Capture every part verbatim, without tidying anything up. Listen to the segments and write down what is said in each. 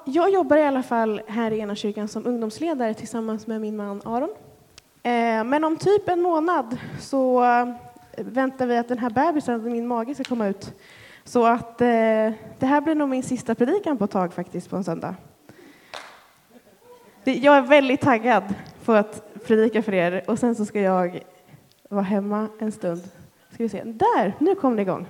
jag jobbar i alla fall här i Ena kyrkan som ungdomsledare tillsammans med min man Aron. Eh, men om typ en månad så eh, väntar vi att den här bebisen i min mage ska komma ut. Så att eh, det här blir nog min sista predikan på ett tag faktiskt på en söndag. Det, jag är väldigt taggad på att predika för er och sen så ska jag vara hemma en stund. Ska vi se. Där, nu kom det igång.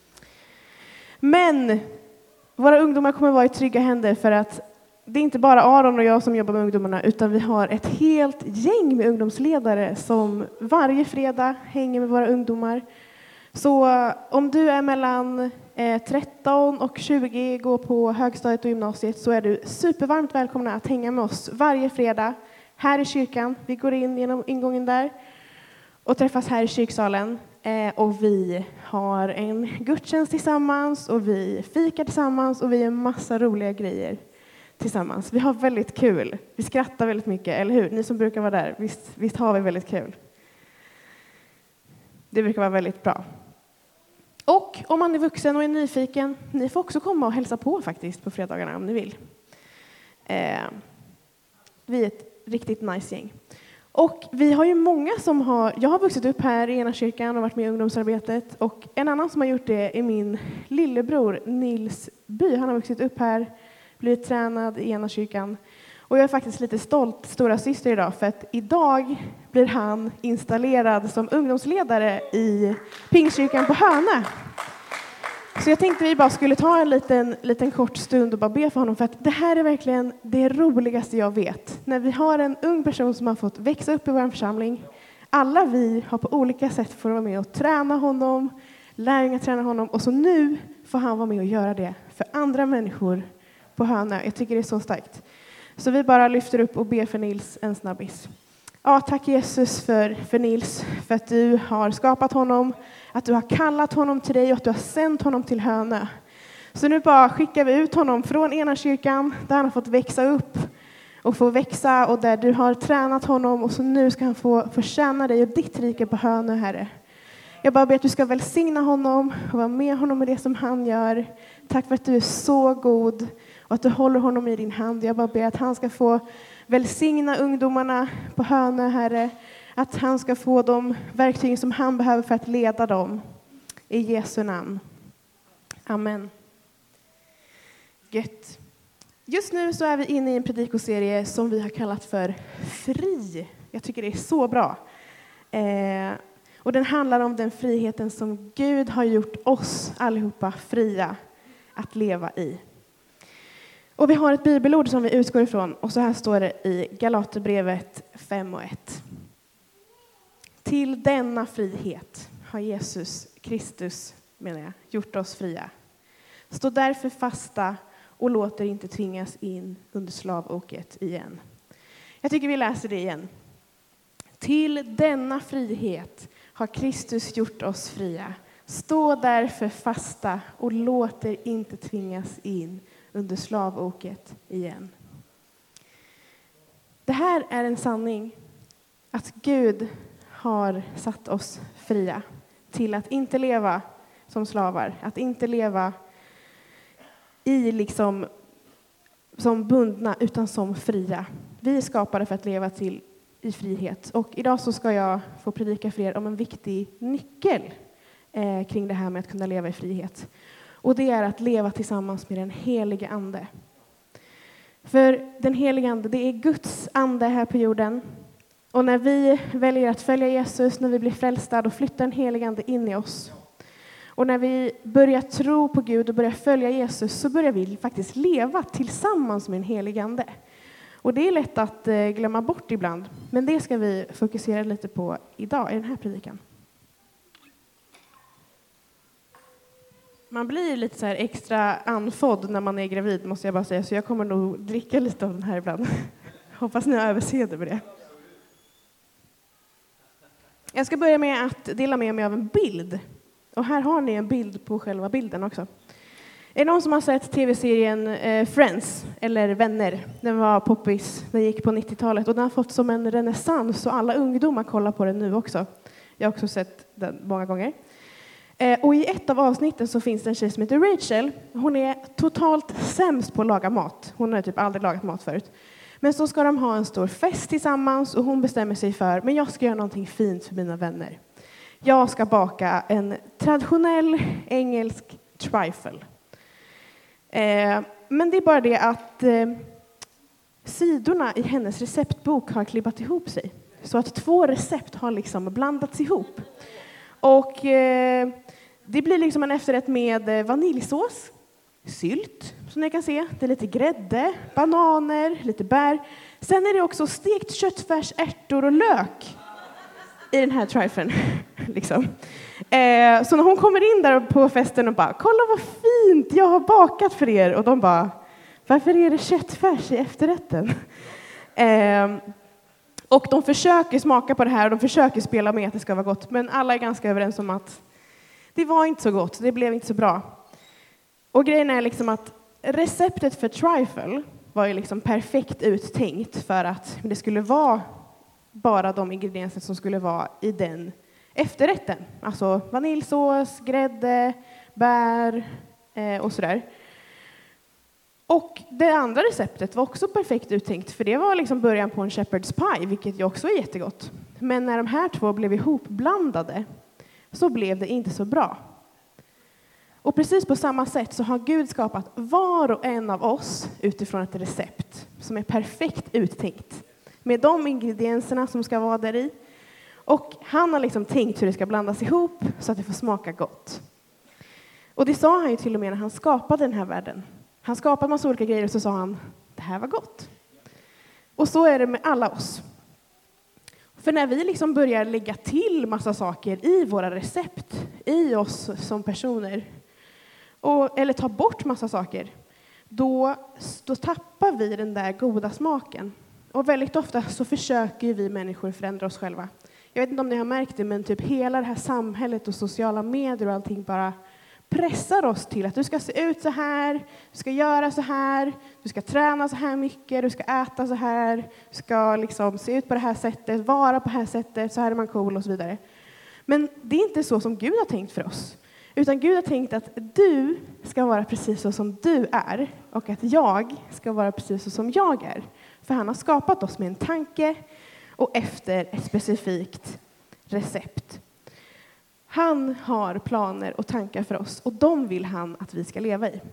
Men våra ungdomar kommer vara i trygga händer för att det är inte bara Aron och jag som jobbar med ungdomarna utan vi har ett helt gäng med ungdomsledare som varje fredag hänger med våra ungdomar. Så om du är mellan eh, tretton och tjugo, går på högstadiet och gymnasiet så är du supervarmt välkomna att hänga med oss varje fredag här i kyrkan. Vi går in genom ingången där och träffas här i kyrksalen. Eh, och vi har en gudstjänst tillsammans och vi fikar tillsammans och vi gör massa roliga grejer tillsammans. Vi har väldigt kul. Vi skrattar väldigt mycket, eller hur? Ni som brukar vara där, visst, visst har vi väldigt kul. Det brukar vara väldigt bra. Och om man är vuxen och är nyfiken, ni får också komma och hälsa på faktiskt på fredagarna om ni vill. Eh, vi är ett riktigt nice gäng. Och vi har ju många som har, jag har vuxit upp här i Ena kyrkan och varit med i ungdomsarbetet. Och en annan som har gjort det är min lillebror Nils By. Han har vuxit upp här, blivit tränad i Ena kyrkan. Och jag är faktiskt lite stolt stora syster idag för att idag blir han installerad som ungdomsledare i Pingstkyrkan på Hönö. Så jag tänkte vi bara skulle ta en liten, liten kort stund och bara be för honom för att det här är verkligen det roligaste jag vet. När vi har en ung person som har fått växa upp i vår församling. Alla vi har på olika sätt fått vara med och träna honom, lärjungar träna honom och så nu får han vara med och göra det för andra människor på Hönö. Jag tycker det är så starkt. Så vi bara lyfter upp och ber för Nils en snabbis. Ja, tack Jesus för, för Nils, för att du har skapat honom, att du har kallat honom till dig och att du har sänt honom till Hönö. Så nu bara skickar vi ut honom från Ena kyrkan där han har fått växa upp och få växa och där du har tränat honom och så nu ska han få, få tjäna dig och ditt rike på Hönö, Herre. Jag bara ber att du ska välsigna honom och vara med honom med det som han gör. Tack för att du är så god och att du håller honom i din hand. Jag bara ber att han ska få välsigna ungdomarna på Hönö, Herre. Att han ska få de verktyg som han behöver för att leda dem. I Jesu namn. Amen. Gött. Just nu så är vi inne i en predikoserie som vi har kallat för Fri. Jag tycker det är så bra. Eh, och den handlar om den friheten som Gud har gjort oss allihopa fria att leva i. Och vi har ett bibelord som vi utgår ifrån. Och så här står det i Galaterbrevet fem och ett. Till denna frihet har Jesus Kristus, menar jag, gjort oss fria. Stå därför fasta och låt er inte tvingas in under slavoket igen. Jag tycker vi läser det igen. Till denna frihet har Kristus gjort oss fria. Stå därför fasta och låt er inte tvingas in under slavoket igen. Det här är en sanning att Gud har satt oss fria till att inte leva som slavar, att inte leva i liksom som bundna utan som fria. Vi är skapade för att leva till i frihet och idag så ska jag få predika för er om en viktig nyckel eh, kring det här med att kunna leva i frihet. Och det är att leva tillsammans med den helige ande. För den helige ande, det är Guds ande här på jorden. Och när vi väljer att följa Jesus, när vi blir frälsta, då flyttar den helige ande in i oss. Och när vi börjar tro på Gud och börjar följa Jesus så börjar vi faktiskt leva tillsammans med den helige ande. Och det är lätt att glömma bort ibland. Men det ska vi fokusera lite på idag i den här predikan. Man blir lite så här extra andfådd när man är gravid, måste jag bara säga. Så jag kommer nog dricka lite av den här ibland. Hoppas ni har överseende med det. Jag ska börja med att dela med mig av en bild. Och här har ni en bild på själva bilden också. Är det någon som har sett tv-serien eh, Friends eller Vänner? Den var poppis, den gick på nittiotalet och den har fått som en renässans och alla ungdomar kollar på den nu också. Jag har också sett den många gånger. Eh, och i ett av avsnitten så finns det en tjej som heter Rachel. Hon är totalt sämst på att laga mat. Hon har typ aldrig lagat mat förut. Men så ska de ha en stor fest tillsammans och hon bestämmer sig för, men jag ska göra någonting fint för mina vänner. Jag ska baka en traditionell engelsk trifle. Eh, men det är bara det att eh, sidorna i hennes receptbok har klibbat ihop sig. Så att två recept har liksom blandats ihop. Och eh, det blir liksom en efterrätt med vaniljsås, sylt som ni kan se. Det är lite grädde, bananer, lite bär. Sen är det också stekt köttfärs, ärtor och lök i den här triflen. liksom. eh, så när hon kommer in där på festen och bara, kolla vad fint jag har bakat för er. Och de bara, varför är det köttfärs i efterrätten? eh, och de försöker smaka på det här och de försöker spela med att det ska vara gott. Men alla är ganska överens om att det var inte så gott, det blev inte så bra. Och grejen är liksom att receptet för trifle var ju liksom perfekt uttänkt för att det skulle vara bara de ingredienser som skulle vara i den efterrätten. Alltså vaniljsås, grädde, bär eh, och sådär. Och det andra receptet var också perfekt uttänkt för det var liksom början på en shepherd's pie, vilket ju också är jättegott. Men när de här två blev ihopblandade så blev det inte så bra. Och precis på samma sätt så har Gud skapat var och en av oss utifrån ett recept som är perfekt uttänkt. Med de ingredienserna som ska vara där i. Och han har liksom tänkt hur det ska blandas ihop så att det får smaka gott. Och det sa han ju till och med när han skapade den här världen. Han skapade en massa olika grejer och så sa han, det här var gott. Och så är det med alla oss. För när vi liksom börjar lägga till massa saker i våra recept, i oss som personer, och, eller ta bort massa saker, då, då tappar vi den där goda smaken. Och väldigt ofta så försöker vi människor förändra oss själva. Jag vet inte om ni har märkt det, men typ hela det här samhället och sociala medier och allting bara pressar oss till att du ska se ut så här, du ska göra så här, du ska träna så här mycket, du ska äta så här, du ska liksom se ut på det här sättet, vara på det här sättet, så här är man cool och så vidare. Men det är inte så som Gud har tänkt för oss. Utan Gud har tänkt att du ska vara precis så som du är och att jag ska vara precis så som jag är. För han har skapat oss med en tanke och efter ett specifikt recept. Han har planer och tankar för oss och de vill han att vi ska leva i.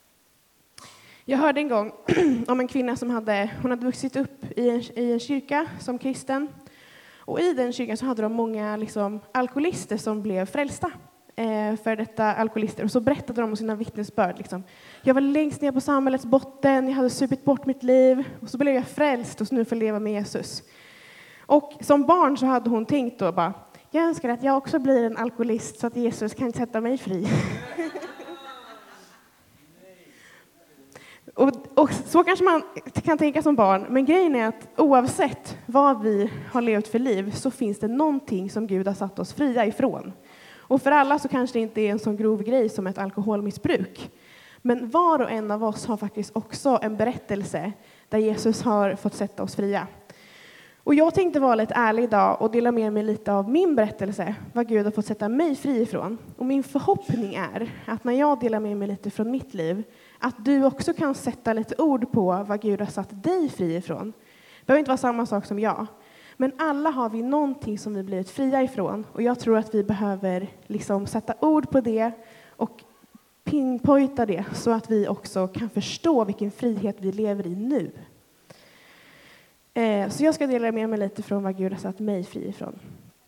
Jag hörde en gång om en kvinna som hade, hon hade vuxit upp i en, i en kyrka som kristen. Och i den kyrkan så hade de många liksom, alkoholister som blev frälsta. Eh, för detta alkoholister. Och så berättade de om sina vittnesbörd. Liksom. Jag var längst ner på samhällets botten, jag hade supit bort mitt liv. Och så blev jag frälst och så nu får jag leva med Jesus. Och som barn så hade hon tänkt då bara, jag önskar att jag också blir en alkoholist så att Jesus kan sätta mig fri. och, och så kanske man kan tänka som barn. Men grejen är att oavsett vad vi har levt för liv så finns det någonting som Gud har satt oss fria ifrån. Och för alla så kanske det inte är en sån grov grej som ett alkoholmissbruk. Men var och en av oss har faktiskt också en berättelse där Jesus har fått sätta oss fria. Och jag tänkte vara lite ärlig idag och dela med mig lite av min berättelse, vad Gud har fått sätta mig fri ifrån. Och min förhoppning är att när jag delar med mig lite från mitt liv, att du också kan sätta lite ord på vad Gud har satt dig fri ifrån. Det behöver inte vara samma sak som jag. Men alla har vi någonting som vi blivit fria ifrån. Och jag tror att vi behöver liksom sätta ord på det och pinpointa det så att vi också kan förstå vilken frihet vi lever i nu. Eh, så jag ska dela med mig lite från vad Gud har satt mig fri ifrån.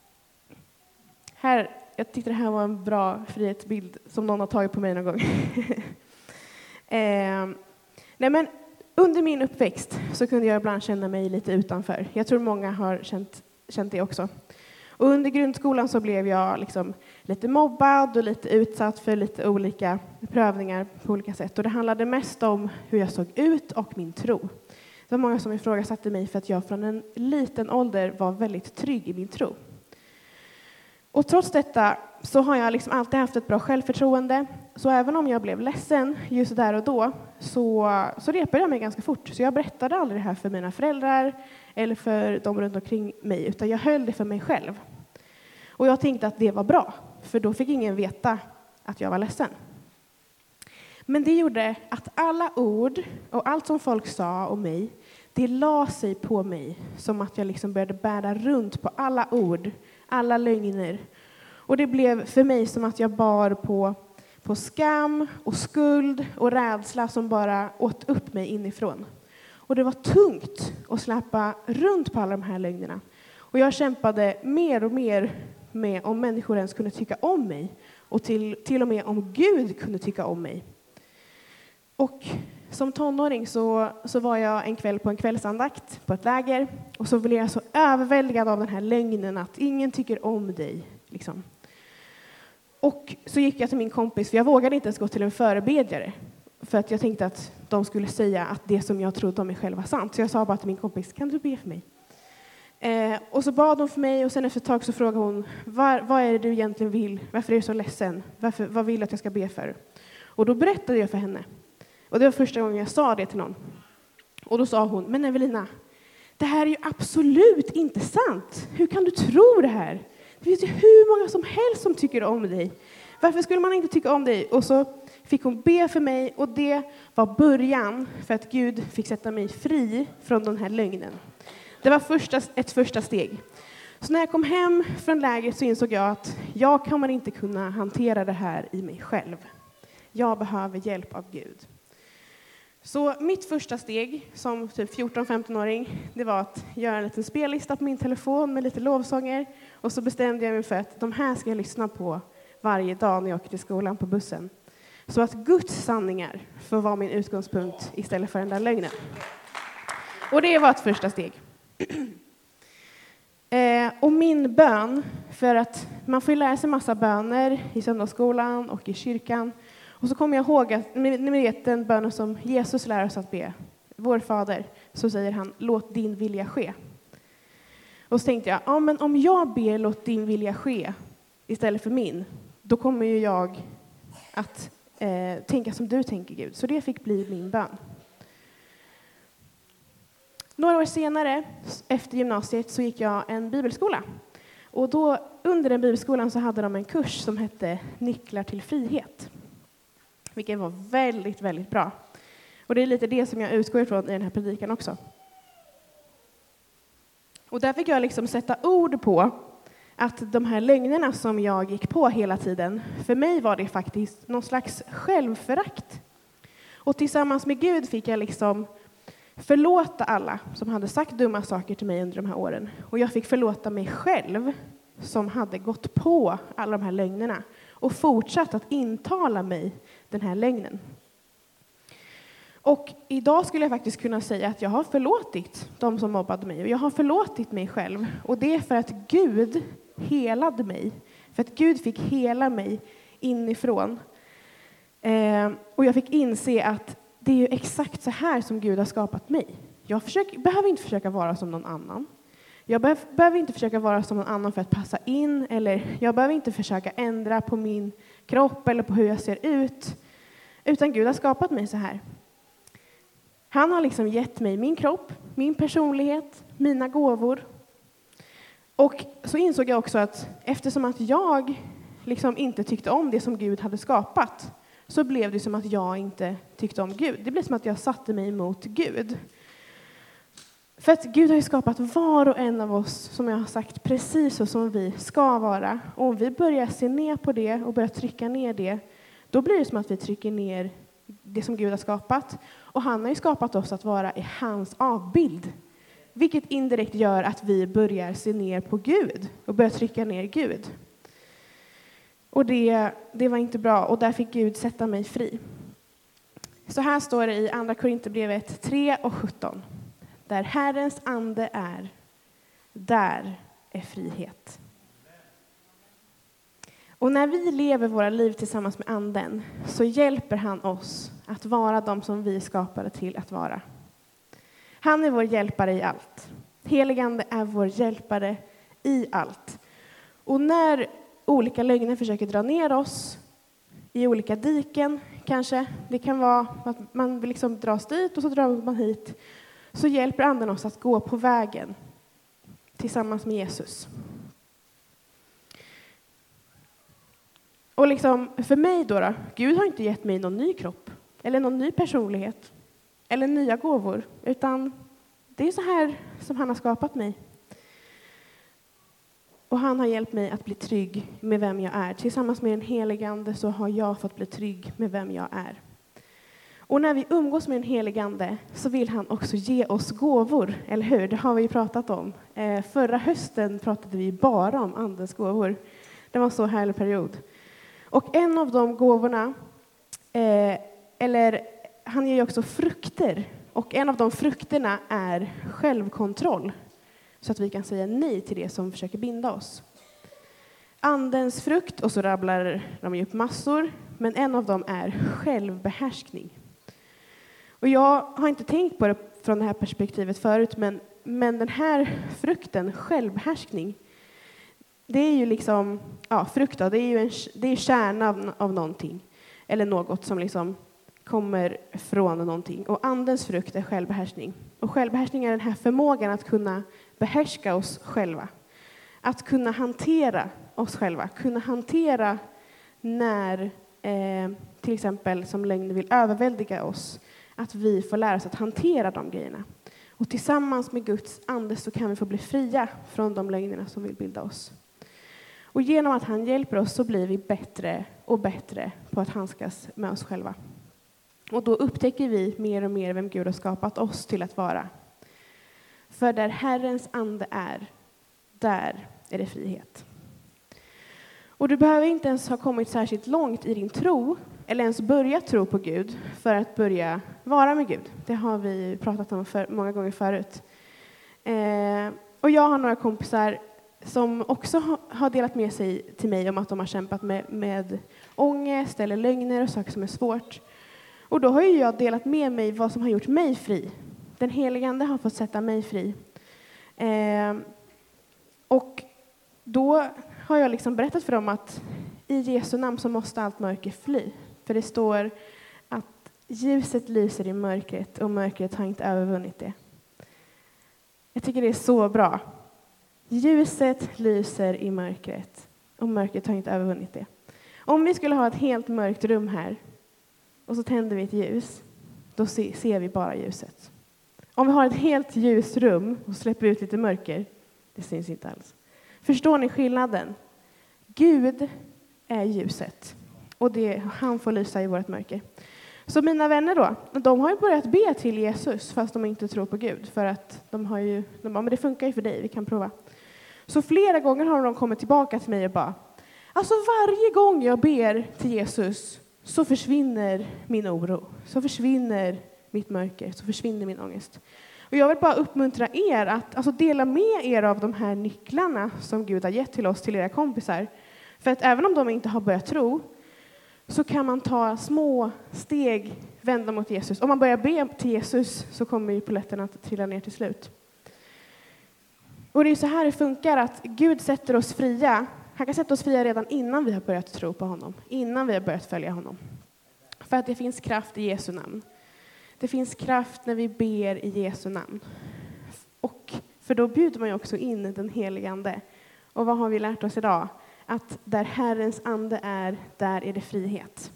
Här, jag tyckte det här var en bra frihetsbild som någon har tagit på mig någon gång. eh, nej men, under min uppväxt så kunde jag ibland känna mig lite utanför. Jag tror många har känt, känt det också. Och under grundskolan så blev jag liksom lite mobbad och lite utsatt för lite olika prövningar på olika sätt. Och det handlade mest om hur jag såg ut och min tro. Det var många som ifrågasatte mig för att jag från en liten ålder var väldigt trygg i min tro. Och trots detta så har jag liksom alltid haft ett bra självförtroende. Så även om jag blev ledsen just där och då så, så repade jag mig ganska fort. Så jag berättade aldrig det här för mina föräldrar eller för de runt omkring mig. Utan jag höll det för mig själv. Och jag tänkte att det var bra. för då fick ingen veta att jag var ledsen. Men det gjorde att alla ord och allt som folk sa om mig, det la sig på mig som att jag liksom började bära runt på alla ord, alla lögner. Och det blev för mig som att jag bar på, på skam och skuld och rädsla som bara åt upp mig inifrån. Och det var tungt att släppa runt på alla de här lögnerna. Och jag kämpade mer och mer med om människor ens kunde tycka om mig. Och till, till och med om Gud kunde tycka om mig. Och som tonåring så, så var jag en kväll på en kvällsandakt på ett läger. Och så blev jag så överväldigad av den här lögnen att ingen tycker om dig. Liksom. Och så gick jag till min kompis, för jag vågade inte ens gå till en förebedjare. För att jag tänkte att de skulle säga att det som jag trodde om mig själv var sant. Så jag sa bara till min kompis, kan du be för mig? Eh, och så bad hon för mig och sen efter ett tag så frågade hon, Var, vad är det du egentligen vill? Varför är du så ledsen? Varför, vad vill du att jag ska be för? Och då berättade jag för henne. Och det var första gången jag sa det till någon. Och då sa hon, men Evelina, det här är ju absolut inte sant. Hur kan du tro det här? Det finns ju hur många som helst som tycker om dig. Varför skulle man inte tycka om dig? Och så fick hon be för mig och det var början för att Gud fick sätta mig fri från den här lögnen. Det var första, ett första steg. Så när jag kom hem från lägret så insåg jag att jag kommer inte kunna hantera det här i mig själv. Jag behöver hjälp av Gud. Så mitt första steg som typ fjorton-femton-åring, det var att göra en liten spellista på min telefon med lite lovsånger. Och så bestämde jag mig för att de här ska jag lyssna på varje dag när jag åker till skolan på bussen. Så att Guds sanningar får vara min utgångspunkt istället för den där lögnen. Och det var ett första steg. eh, och min bön, för att man får lära sig massa böner i söndagsskolan och i kyrkan. Och så kommer jag ihåg att, ni vet den bönen som Jesus lär oss att be. Vår fader, så säger han, låt din vilja ske. Och så tänkte jag, ja men om jag ber låt din vilja ske istället för min, då kommer ju jag att eh, tänka som du tänker Gud. Så det fick bli min bön. Några år senare, efter gymnasiet, så gick jag en bibelskola. Och då, under den bibelskolan så hade de en kurs som hette Nycklar till frihet. Vilket var väldigt, väldigt bra. Och det är lite det som jag utgår ifrån i den här predikan också. Och där fick jag liksom sätta ord på att de här lögnerna som jag gick på hela tiden, för mig var det faktiskt någon slags självförakt. Och tillsammans med Gud fick jag liksom förlåta alla som hade sagt dumma saker till mig under de här åren. Och jag fick förlåta mig själv som hade gått på alla de här lögnerna och fortsatt att intala mig den här lögnen. Och idag skulle jag faktiskt kunna säga att jag har förlåtit de som mobbade mig. Och jag har förlåtit mig själv. Och det är för att Gud helade mig. För att Gud fick hela mig inifrån. Eh, och jag fick inse att det är ju exakt så här som Gud har skapat mig. Jag försöker, behöver inte försöka vara som någon annan. Jag behöver, behöver inte försöka vara som någon annan för att passa in. Eller jag behöver inte försöka ändra på min kropp eller på hur jag ser ut. Utan Gud har skapat mig så här. Han har liksom gett mig min kropp, min personlighet, mina gåvor. Och så insåg jag också att eftersom att jag liksom inte tyckte om det som Gud hade skapat, så blev det som att jag inte tyckte om Gud. Det blev som att jag satte mig emot Gud. För att Gud har ju skapat var och en av oss, som jag har sagt, precis så som vi ska vara. Och om vi börjar se ner på det och börjar trycka ner det, då blir det som att vi trycker ner det som Gud har skapat. Och han har ju skapat oss att vara i hans avbild. Vilket indirekt gör att vi börjar se ner på Gud och börjar trycka ner Gud. Och det, det var inte bra, och där fick Gud sätta mig fri. Så här står det i andra Korinthierbrevet tre och sjutton. Där Herrens ande är, där är frihet. Och när vi lever våra liv tillsammans med anden, så hjälper han oss att vara de som vi skapade till att vara. Han är vår hjälpare i allt. Heligande är vår hjälpare i allt. Och när olika lögner försöker dra ner oss i olika diken, kanske, det kan vara att man vill liksom dras dit och så drar man hit, så hjälper anden oss att gå på vägen tillsammans med Jesus. Och liksom, för mig då, då, Gud har inte gett mig någon ny kropp, eller någon ny personlighet, eller nya gåvor, utan det är så här som han har skapat mig. Och han har hjälpt mig att bli trygg med vem jag är. Tillsammans med den helige Ande så har jag fått bli trygg med vem jag är. Och när vi umgås med den helige Ande så vill han också ge oss gåvor, eller hur? Det har vi ju pratat om. Eh, förra hösten pratade vi bara om Andens gåvor. Det var en så härlig period. Och en av de gåvorna, eh, eller han ger ju också frukter. Och en av de frukterna är självkontroll. Så att vi kan säga nej till det som försöker binda oss. Andens frukt, och så rabblar de upp massor. Men en av dem är självbehärskning. Och jag har inte tänkt på det från det här perspektivet förut. Men, men den här frukten, självbehärskning. Det är ju liksom, ja, frukt då, det är ju en, det är kärnan av, av någonting. Eller något som liksom kommer från någonting. Och andens frukt är självbehärskning. Och självbehärskning är den här förmågan att kunna behärska oss själva. Att kunna hantera oss själva. Kunna hantera när eh, till exempel som lögner vill överväldiga oss. Att vi får lära oss att hantera de grejerna. Och tillsammans med Guds ande så kan vi få bli fria från de lögnerna som vill bilda oss. Och genom att han hjälper oss så blir vi bättre och bättre på att handskas med oss själva. Och då upptäcker vi mer och mer vem Gud har skapat oss till att vara. För där Herrens ande är, där är det frihet. Och du behöver inte ens ha kommit särskilt långt i din tro, eller ens börja tro på Gud, för att börja vara med Gud. Det har vi pratat om för, många gånger förut. Eh, och jag har några kompisar som också ha, har delat med sig till mig om att de har kämpat med, med ångest eller lögner och saker som är svårt. Och då har ju jag delat med mig vad som har gjort mig fri. Den helige Ande har fått sätta mig fri. Eh, och då har jag liksom berättat för dem att i Jesu namn så måste allt mörker fly. För det står att ljuset lyser i mörkret och mörkret har inte övervunnit det. Jag tycker det är så bra. Ljuset lyser i mörkret och mörkret har inte övervunnit det. Om vi skulle ha ett helt mörkt rum här och så tänder vi ett ljus, då ser vi bara ljuset. Om vi har ett helt ljus rum och släpper ut lite mörker, det syns inte alls. Förstår ni skillnaden? Gud är ljuset och det, han får lysa i vårt mörker. Så mina vänner då, de har ju börjat be till Jesus fast de inte tror på Gud. För att de har ju, de bara, men det funkar ju för dig, vi kan prova. Så flera gånger har de kommit tillbaka till mig och bara, alltså varje gång jag ber till Jesus så försvinner min oro, så försvinner mitt mörker, så försvinner min ångest. Och jag vill bara uppmuntra er att alltså, dela med er av de här nycklarna som Gud har gett till oss, till era kompisar. För att även om de inte har börjat tro, så kan man ta små steg, vända mot Jesus. Om man börjar be till Jesus så kommer ju polletterna att trilla ner till slut. Och det är så här det funkar, att Gud sätter oss fria. Han kan sätta oss fria redan innan vi har börjat tro på honom. Innan vi har börjat följa honom. För att det finns kraft i Jesu namn. Det finns kraft när vi ber i Jesu namn. Och för då bjuder man ju också in den helige Ande. Och vad har vi lärt oss idag? Att där Herrens ande är, där är det frihet.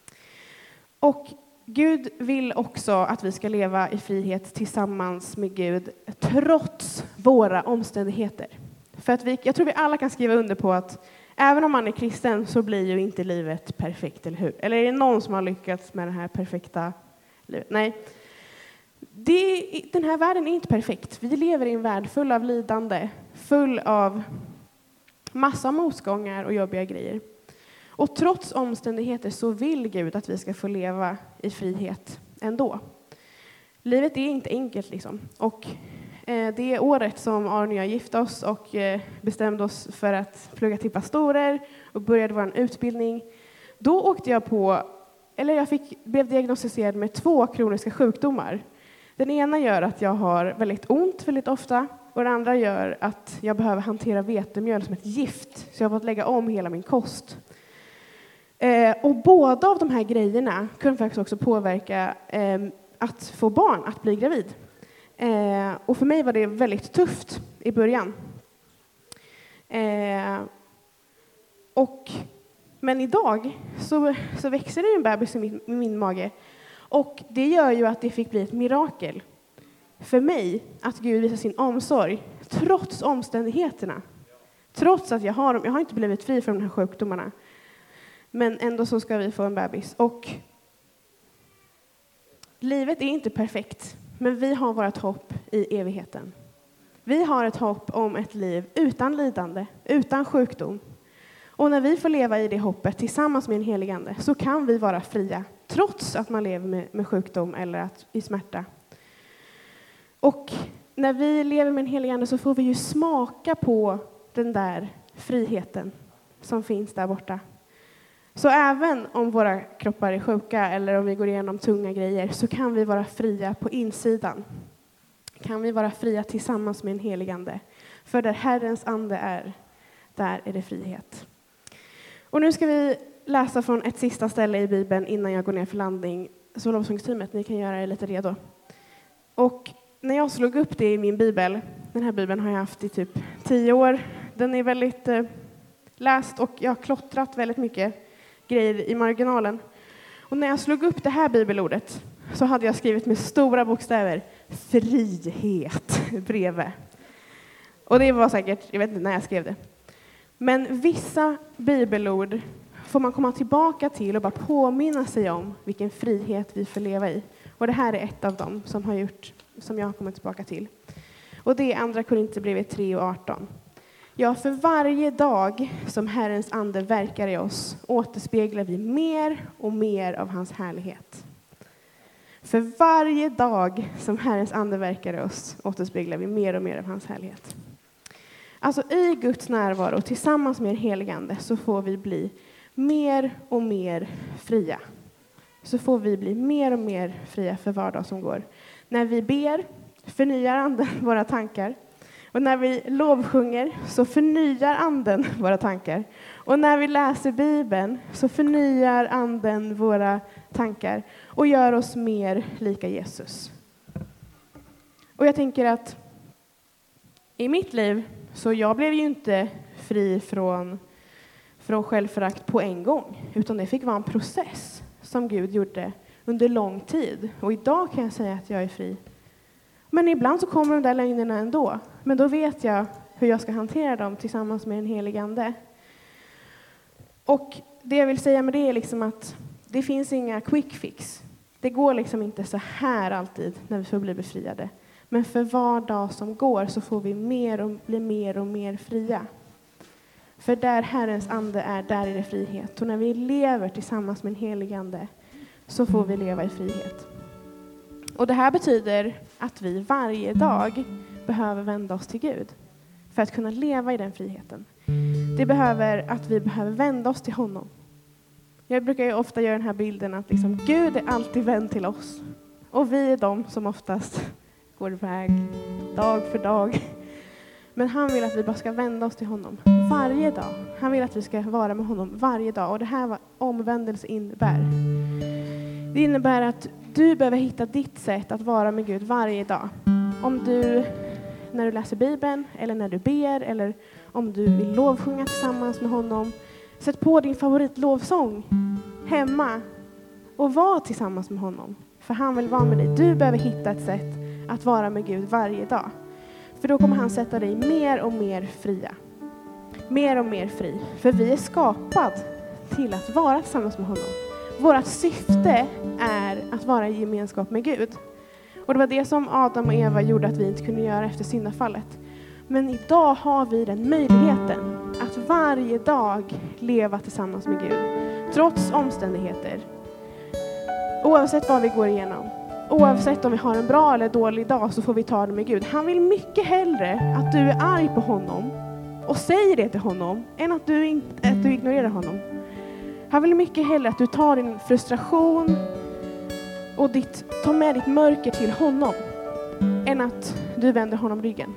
Och Gud vill också att vi ska leva i frihet tillsammans med Gud, trots våra omständigheter. För att vi, jag tror vi alla kan skriva under på att även om man är kristen så blir ju inte livet perfekt, eller hur? Eller är det någon som har lyckats med det här perfekta livet? Nej. Det, den här världen är inte perfekt. Vi lever i en värld full av lidande, full av massa motgångar och jobbiga grejer. Och trots omständigheter så vill Gud att vi ska få leva i frihet ändå. Livet är inte enkelt liksom. Och eh, det är året som Aron och jag gifte oss och eh, bestämde oss för att plugga till pastorer och började vår utbildning. Då åkte jag på, eller jag fick, blev diagnostiserad med två kroniska sjukdomar. Den ena gör att jag har väldigt ont väldigt ofta. Och det andra gör att jag behöver hantera vetemjöl som ett gift. Så jag har fått lägga om hela min kost. Eh, och båda av de här grejerna kunde faktiskt också påverka eh, att få barn, att bli gravid. Eh, och för mig var det väldigt tufft i början. Eh, och, Men idag så, så växer det en bebis i min, i min mage. Och det gör ju att det fick bli ett mirakel för mig att Gud visar sin omsorg trots omständigheterna. Trots att jag har, jag har inte blivit fri från de här sjukdomarna. Men ändå så ska vi få en bebis. Och livet är inte perfekt, men vi har vårt hopp i evigheten. Vi har ett hopp om ett liv utan lidande, utan sjukdom. Och när vi får leva i det hoppet tillsammans med en helig ande så kan vi vara fria, trots att man lever med, med sjukdom eller att, i smärta. Och när vi lever med en helig ande så får vi ju smaka på den där friheten som finns där borta. Så även om våra kroppar är sjuka eller om vi går igenom tunga grejer så kan vi vara fria på insidan. Kan vi vara fria tillsammans med en helig ande. För där Herrens ande är, där är det frihet. Och nu ska vi läsa från ett sista ställe i Bibeln innan jag går ner för landning. Så lovsångsteamet, ni kan göra er lite redo. Och när jag slog upp det i min bibel, den här bibeln har jag haft i typ tio år. Den är väldigt eh, läst och jag har klottrat väldigt mycket grejer i marginalen. Och när jag slog upp det här bibelordet så hade jag skrivit med stora bokstäver frihet bredvid. Och det var säkert, jag vet inte när jag skrev det. Men vissa bibelord får man komma tillbaka till och bara påminna sig om vilken frihet vi får leva i. Och det här är ett av dem som, har gjort, som jag har kommit tillbaka till. Och det är andra Korinthierbrevet tre och arton. Ja, för varje dag som Herrens ande verkar i oss återspeglar vi mer och mer av hans härlighet. För varje dag som Herrens ande verkar i oss återspeglar vi mer och mer av hans härlighet. Alltså i Guds närvaro tillsammans med en helig ande så får vi bli mer och mer fria. Så får vi bli mer och mer fria för var dag som går. När vi ber förnyar anden våra tankar. Och när vi lovsjunger så förnyar anden våra tankar. Och när vi läser Bibeln så förnyar anden våra tankar. Och gör oss mer lika Jesus. Och jag tänker att i mitt liv så jag blev ju inte fri från, från självförakt på en gång. Utan det fick vara en process som Gud gjorde under lång tid. Och idag kan jag säga att jag är fri. Men ibland så kommer de där lögnerna ändå. Men då vet jag hur jag ska hantera dem tillsammans med en helig ande. Och det jag vill säga med det är liksom att det finns inga quick fix. Det går liksom inte så här alltid när vi får bli befriade. Men för var dag som går så får vi mer och, bli mer och mer fria. För där Herrens ande är, där är det frihet. Och när vi lever tillsammans med en helig ande så får vi leva i frihet. Och det här betyder att vi varje dag behöver vända oss till Gud för att kunna leva i den friheten. Det behöver att vi behöver vända oss till honom. Jag brukar ju ofta göra den här bilden att liksom, Gud är alltid vänd till oss. Och vi är de som oftast går iväg dag för dag. Men han vill att vi bara ska vända oss till honom varje dag. Han vill att vi ska vara med honom varje dag. Och det här vad omvändelse innebär. Det innebär att du behöver hitta ditt sätt att vara med Gud varje dag. Om du, när du läser Bibeln, eller när du ber, eller om du vill lovsjunga tillsammans med honom. Sätt på din favoritlovsång hemma och var tillsammans med honom. För han vill vara med dig. Du behöver hitta ett sätt att vara med Gud varje dag. För då kommer han sätta dig mer och mer fria. Mer och mer fri. För vi är skapad till att vara tillsammans med honom. Vårt syfte är att vara i gemenskap med Gud. Och det var det som Adam och Eva gjorde att vi inte kunde göra efter syndafallet. Men idag har vi den möjligheten att varje dag leva tillsammans med Gud. Trots omständigheter. Oavsett vad vi går igenom. Oavsett om vi har en bra eller dålig dag så får vi ta det med Gud. Han vill mycket hellre att du är arg på honom och säger det till honom än att du, inte, att du ignorerar honom. Han vill mycket hellre att du tar din frustration och ditt, tar med ditt mörker till honom än att du vänder honom ryggen.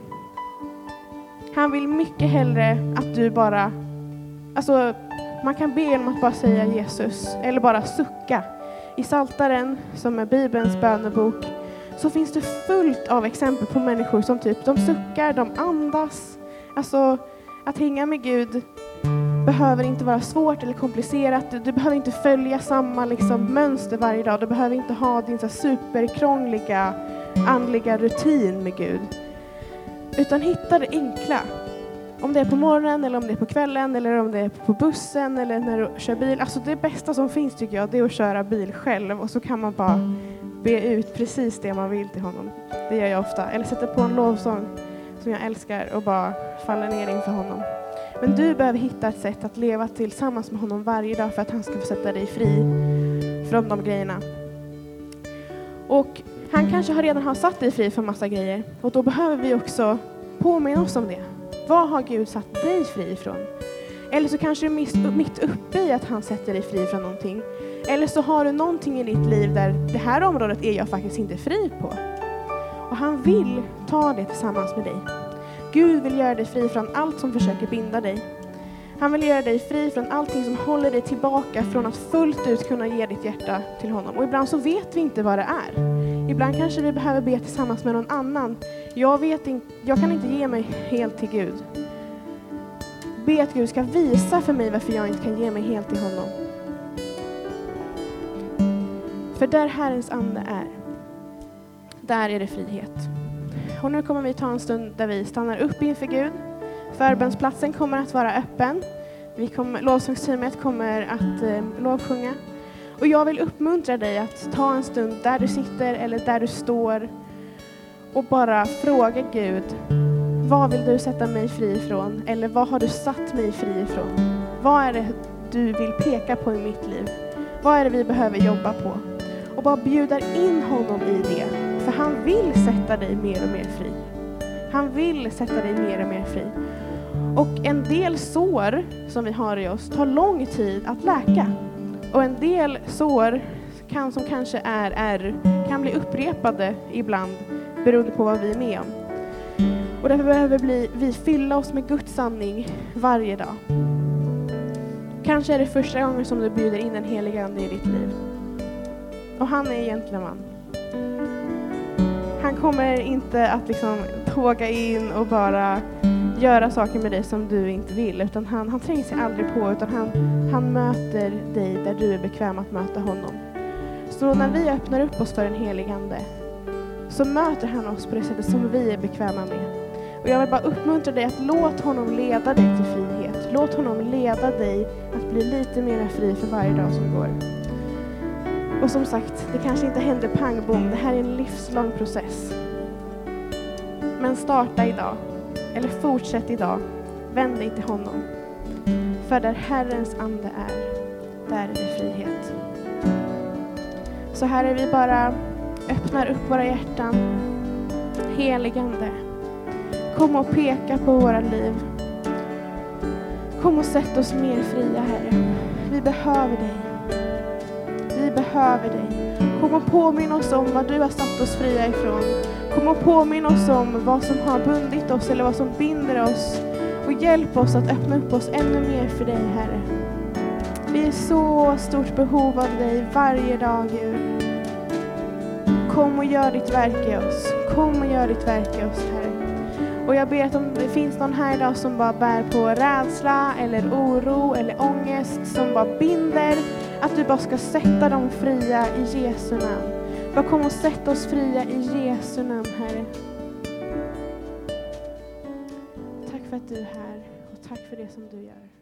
Han vill mycket hellre att du bara, alltså man kan be om att bara säga Jesus eller bara sucka. I Psaltaren, som är Bibelns bönebok, så finns det fullt av exempel på människor som typ, de suckar, de andas. Alltså, att hänga med Gud behöver inte vara svårt eller komplicerat. Du, du behöver inte följa samma liksom, mönster varje dag. Du behöver inte ha din så här, superkrångliga andliga rutin med Gud. Utan hitta det enkla. Om det är på morgonen eller om det är på kvällen eller om det är på bussen eller när du kör bil. Alltså det bästa som finns tycker jag, det är att köra bil själv. Och så kan man bara be ut precis det man vill till honom. Det gör jag ofta. Eller sätta på en lovsång som jag älskar och bara falla ner inför honom. Men du behöver hitta ett sätt att leva tillsammans med honom varje dag för att han ska få sätta dig fri från de grejerna. Och han kanske har redan har satt dig fri från massa grejer. Och då behöver vi också påminna oss om det. Vad har Gud satt dig fri ifrån? Eller så kanske du är mitt uppe i att han sätter dig fri från någonting. Eller så har du någonting i ditt liv där det här området är jag faktiskt inte fri på. Och han vill ta det tillsammans med dig. Gud vill göra dig fri från allt som försöker binda dig. Han vill göra dig fri från allting som håller dig tillbaka från att fullt ut kunna ge ditt hjärta till honom. Och ibland så vet vi inte vad det är. Ibland kanske vi behöver be tillsammans med någon annan. Jag vet inte, jag kan inte ge mig helt till Gud. Be att Gud ska visa för mig varför jag inte kan ge mig helt till honom. För där Herrens ande är, där är det frihet. Och nu kommer vi ta en stund där vi stannar upp inför Gud. Förbönsplatsen kommer att vara öppen. Vi kommer, lovsångsteamet kommer att eh, lovsjunga. Och jag vill uppmuntra dig att ta en stund där du sitter eller där du står och bara fråga Gud, vad vill du sätta mig fri ifrån? Eller vad har du satt mig fri ifrån? Vad är det du vill peka på i mitt liv? Vad är det vi behöver jobba på? Och bara bjuda in honom i det. För han vill sätta dig mer och mer fri. Han vill sätta dig mer och mer fri. Och en del sår som vi har i oss tar lång tid att läka. Och en del sår kan, som kanske är ärr kan bli upprepade ibland beroende på vad vi är med om. Och därför behöver bli, vi fylla oss med Guds sanning varje dag. Kanske är det första gången som du bjuder in en helig ande i ditt liv. Och han är egentligen man. Han kommer inte att liksom tåga in och bara göra saker med dig som du inte vill. Utan han, han tränger sig aldrig på. Utan han, han möter dig där du är bekväm att möta honom. Så när vi öppnar upp oss för en helig ande, så möter han oss på det sättet som vi är bekväma med. Och jag vill bara uppmuntra dig att låt honom leda dig till frihet. Låt honom leda dig att bli lite mer fri för varje dag som går. Och som sagt, det kanske inte händer pang bom. Det här är en livslång process. Men starta idag. Eller fortsätt idag. Vänd dig till honom. För där Herrens ande är, där är det frihet. Så här är vi bara öppnar upp våra hjärtan. Heligande. Kom och peka på våra liv. Kom och sätt oss mer fria, Herre. Vi behöver dig. Vi behöver dig. Kom och påminna oss om vad du har satt oss fria ifrån. Kom och påminna oss om vad som har bundit oss eller vad som binder oss. Och hjälp oss att öppna upp oss ännu mer för dig, Herre. Vi är så stort behov av dig varje dag, Gud. Kom och gör ditt verk i oss. Kom och gör ditt verk i oss, Herre. Och jag ber att om det finns någon här idag som bara bär på rädsla eller oro eller ångest som bara binder, att du bara ska sätta dem fria i Jesu namn. Bara kom och sätta oss fria i Jesu namn, Herre. Tack för att du är här och tack för det som du gör.